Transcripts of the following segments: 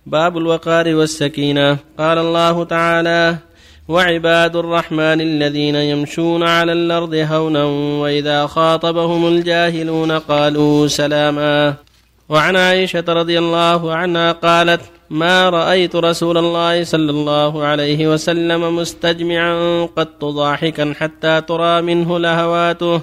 باب الوقار والسكينة. قال الله تعالى: وعباد الرحمن الذين يمشون على الأرض هونا وإذا خاطبهم الجاهلون قالوا سلاما. وعن عائشة رضي الله عنها قالت: ما رأيت رسول الله صلى الله عليه وسلم مستجمعا قط ضاحكا حتى ترى منه لهواته،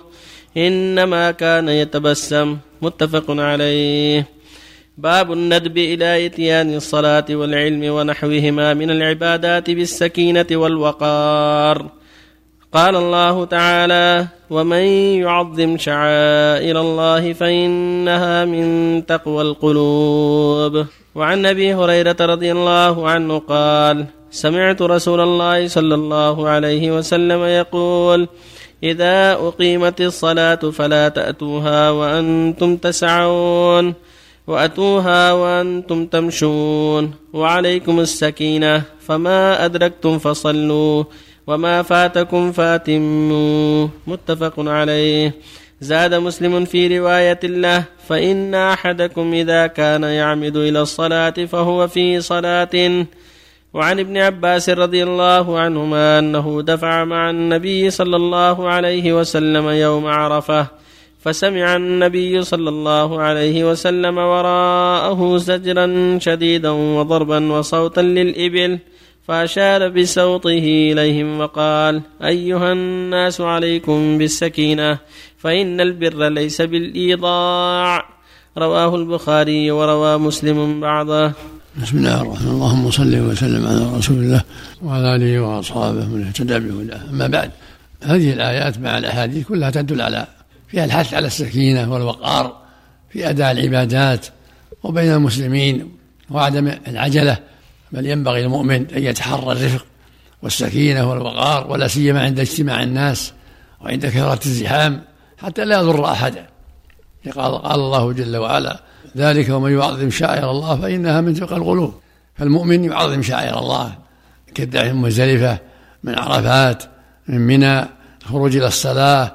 إنما كان يتبسم. متفق عليه. باب الندب إلى إتيان الصلاة والعلم ونحوهما من العبادات بالسكينة والوقار. قال الله تعالى: ومن يعظم شعائر الله فإنها من تقوى القلوب. وعن أبي هريرة رضي الله عنه قال: سمعت رسول الله صلى الله عليه وسلم يقول: إذا أقيمت الصلاة فلا تأتوها وأنتم تسعون، وأتوها وأنتم تمشون، وعليكم السكينة، فما أدركتم فصلوا وما فاتكم فاتموا. متفق عليه. زاد مسلم في رواية له: فإن أحدكم إذا كان يعمد إلى الصلاة فهو في صلاة. وعن ابن عباس رضي الله عنهما أنه دفع مع النبي صلى الله عليه وسلم يوم عرفة، فسمع النبي صلى الله عليه وسلم وراءه زجرا شديدا وضربا وصوتا للإبل، فأشار بصوته إليهم وقال: أيها الناس عليكم بالسكينة، فإن البر ليس بالإيضاع. رواه البخاري وروى مسلم بعضه. بسم الله الرحمن الرحيم. اللهم صل وسلم على رسول الله وعلى آله وأصحابه من اهتدى بهداه. أما بعد، هذه الآيات مع الأحاديث كلها تدل على فيها الحث على السكينة والوقار في أداء العبادات وبين المسلمين وعدم العجلة، بل ينبغي المؤمن أن يتحرى الرفق والسكينة والوقار، ولا سيما عند اجتماع الناس وعند كثرة الزحام حتى لا يضر أحدا. قال الله جل وعلا: ذلك ومن يعظم شعائر الله فإنها من تقوى القلوب. فالمؤمن يعظم شعائر الله كالدعاء من مزدلفة، من عرفات، من منى، الخروج إلى الصلاة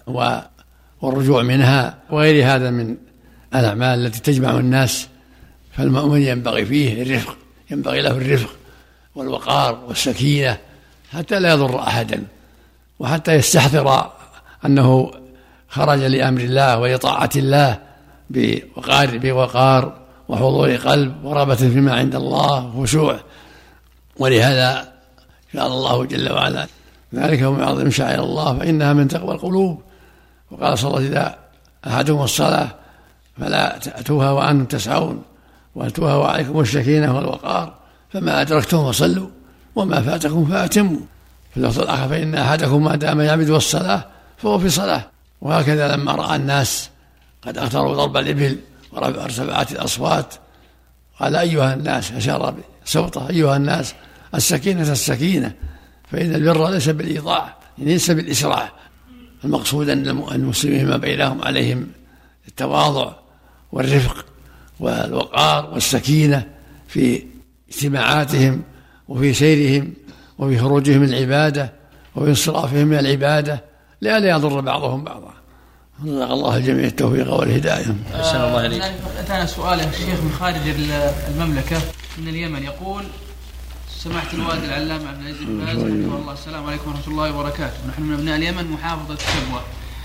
والرجوع منها وغير هذا من الأعمال التي تجمع الناس. فالمؤمن ينبغي فيه الرفق، ينبغي له الرفق والوقار والسكينة حتى لا يضر أحدا، وحتى يستحضر أنه خرج لأمر الله وإطاعة الله بوقار وحضور قلب ورغبة فيما عند الله وخشوع. ولهذا قال الله جل وعلا: ذلك ومن يعظم شعائر الله فإنها من تقوى القلوب. وقال صلى الله عليه وسلم: إذا أحدهم الصلاة فلا تأتوها وأنتم تسعون، وأتوها وعليكم السكينة والوقار، فما أدركتم فصلوا وما فاتكم فأتموا. في اللفظ الآخر: فإن أحدكم ما دام يعمد الصلاة فهو في صلاة. وهكذا لما رأى الناس قد أكثروا ضرب الإبل وارتفعت الأصوات قال: أيها الناس، أشار بصوته: أيها الناس السكينة السكينة، فإن البر ليس بالإيضاع، ليس بالإسراع. المقصود أن المسلمين ما بينهم عليهم التواضع والرفق والوقار والسكينة في اجتماعاتهم وفي سيرهم وفي خروجهم العبادة وفي انصرافهم من العبادة، لئلا يضر بعضهم بعضا. رزق الله الجميع التوفيق والهداية. أحسن الله إليك. أتانا سؤال يا شيخ من خارج المملكة من اليمن، يقول: سمعت الوالد العلامة عبد العزيز بن باز رحمه الله: السلام عليكم ورحمة الله وبركاته. نحن من أبناء اليمن محافظة الشبوة.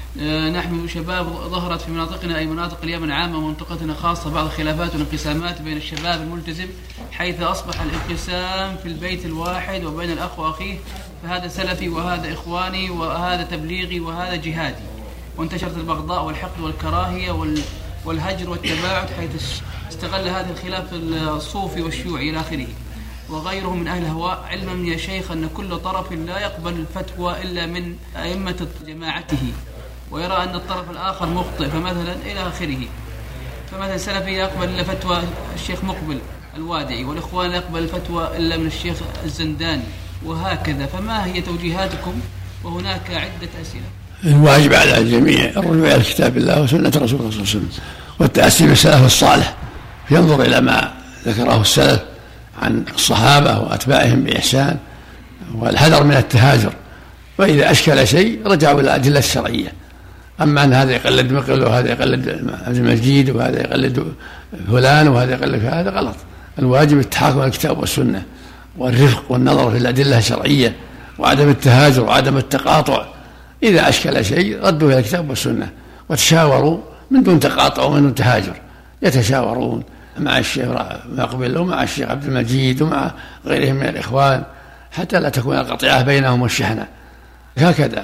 نحن شباب ظهرت في مناطقنا، أي مناطق اليمن عامة ومنطقتنا خاصة، بعض الخلافات والانقسامات بين الشباب الملتزم، حيث أصبح الانقسام في البيت الواحد وبين الأخ وأخيه، فهذا سلفي وهذا إخواني وهذا تبليغي وهذا جهادي، وانتشرت البغضاء والحقد والكراهية والهجر والتباعد، حيث استغل هذا الخلاف الصوفي والشيوعي إلى آخره وغيره من أهل الهواء، علما يا شيخ أن كل طرف لا يقبل الفتوى إلا من أئمة جماعته، ويرى أن الطرف الآخر مخطئ، فمثلا إلى آخره. فمثلا السلفي يقبل إلا فتوى الشيخ مقبل الوادعي، والإخوان لا يقبل الفتوى إلا من الشيخ الزنداني، وهكذا. فما هي توجيهاتكم؟ وهناك عدة أسئلة. الواجب على الجميع الرجوع إلى كتاب الله وسنة رسول الله صلى الله عليه وسلم، والتأسي بالسلف الصالح، ينظر إلى ما ذكره السلف عن الصحابة وأتباعهم بإحسان، والحذر من التهاجر. وإذا أشكل شيء رجعوا إلى الأدلة الشرعية. أما أن هذا يقلد مقل وهذا يقلد عبد المجيد وهذا يقلد فلان وهذا يقلد هذا غلط. الواجب التحاكم إلى الكتاب والسنة والرفق والنظر في الأدلة الشرعية وعدم التهاجر وعدم التقاطع. إذا أشكل شيء ردوا إلى الكتاب والسنة وتشاوروا من دون تقاطع ومن دون تهاجر، يتشاورون مع الشيخ مقبل ومع الشيخ عبد المجيد ومع غيرهم من الإخوان حتى لا تكون القطيعة بينهم والشحنة. هكذا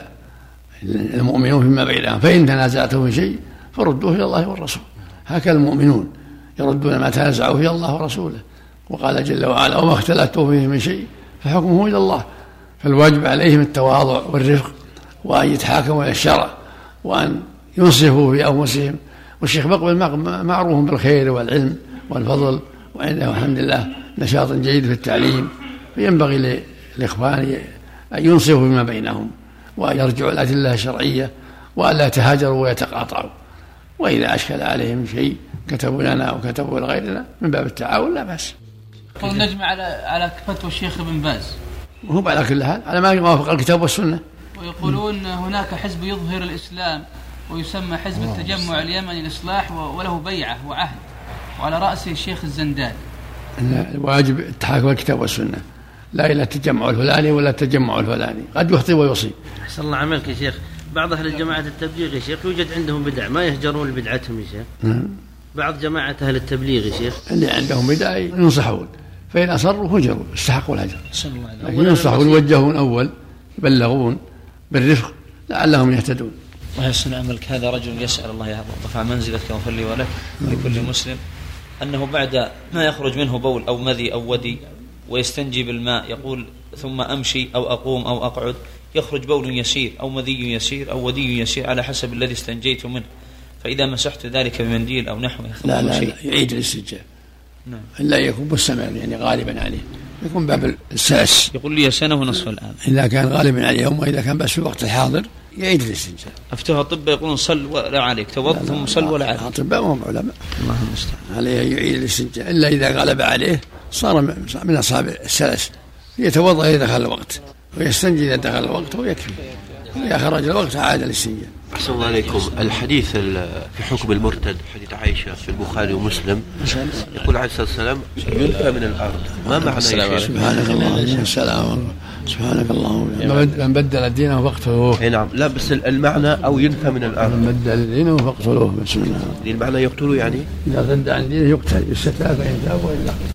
المؤمنون فيما بينهم، فإن تنازعتم في شيء فردوه إلى الله والرسول. هكذا المؤمنون يردون ما تنازعوا فيه الله ورسوله. وقال جل وعلا وما اختلفتم فيه من شيء فحكمه إلى الله. فالواجب عليهم التواضع والرفق وأن يتحاكموا إلى الشرع وأن ينصفوا في أنفسهم. والشيخ مقبل معروف بالخير والعلم والفضل، وعنده الحمد لله نشاط جيد في التعليم، فينبغي للإخوان أن ينصفوا فيما بينهم وأن يرجعوا الأدلة الشرعية وأن لا يتهاجروا ويتقاطعوا. وإذا أشكل عليهم شيء كتبوا لنا وكتبوا لغيرنا من باب التعاون لا بأس. نجمع على فتوى الشيخ ابن باز، وهو على كل حال على ما يوافق الكتاب والسنة. ويقولون هناك حزب يظهر الإسلام ويسمى حزب التجمع اليمني الإصلاح وله بيعة وعهد وعلى رأسه الشيخ الزنداني. الواجب التحاكم الكتاب والسنة، لا إلى التجمع الفلاني ولا التجمع الفلاني، قد يخطئ ويصيب. أحسن الله عملك يا شيخ. بعض أهل الجماعة التبليغ يا شيخ يوجد عندهم بدع ما يهجرون لبدعتهم يا شيخ. بعض جماعة أهل التبليغ يا شيخ اللي عندهم بدع ينصحون، فإن أصروا هجروا استحقوا الهجر، لكن ينصحون يوجهون أول يبلغون بالرفق لعلهم يهتدون. الله يحسن عملك. هذا رجل يسأل الله يرفع منزلتك ويغفر لي ولك ولكل مسلم أنه بعد ما يخرج منه بول أو مذي أو ودي ويستنجي بالماء يقول ثم أمشي أو أقوم أو أقعد يخرج بول يسير أو مذي يسير أو ودي يسير على حسب الذي استنجيت منه، فإذا مسحت ذلك بمنديل أو نحوه لا يعيد الاستنجاء. نعم. إلا يكون مستمر يعني غالبا عليه، يكون باب السلس. يقول لي سنة ونصف الآن. إذا كان غالبا عليه وإذا كان بس في الوقت الحاضر يعيد الاستنجاء. أفتوها أطباء يقولون صل ولا عليك، توضأ ثم صل ولا عليك. أطباء وهم علماء. الله المستعان. عليه يعيد الاستنجاء إلا إذا غلب عليه صار من أصحاب السلس، يتوضأ إذا دخل الوقت ويستنجي إذا دخل الوقت ويكفي، إذا خرج الوقت عاد الاستنجاء. أحسن الله عليكم. الحديث في حكم المرتد حديث عائشة في البخاري ومسلم يقول عليه الصلاة والسلام ينفى من الأرض، ما معنى؟ سبحانك اللهم السلام سبحانك اللهم من بدل دينه فاقتلوه. نعم. لا بس المعنى أو ينفى من الأرض. من بدل دينه فاقتلوه. بسم الله. المعنى يقتلوا يعني إذا ارتد عن دينه يقتل بالستاء فإن تاب وإلا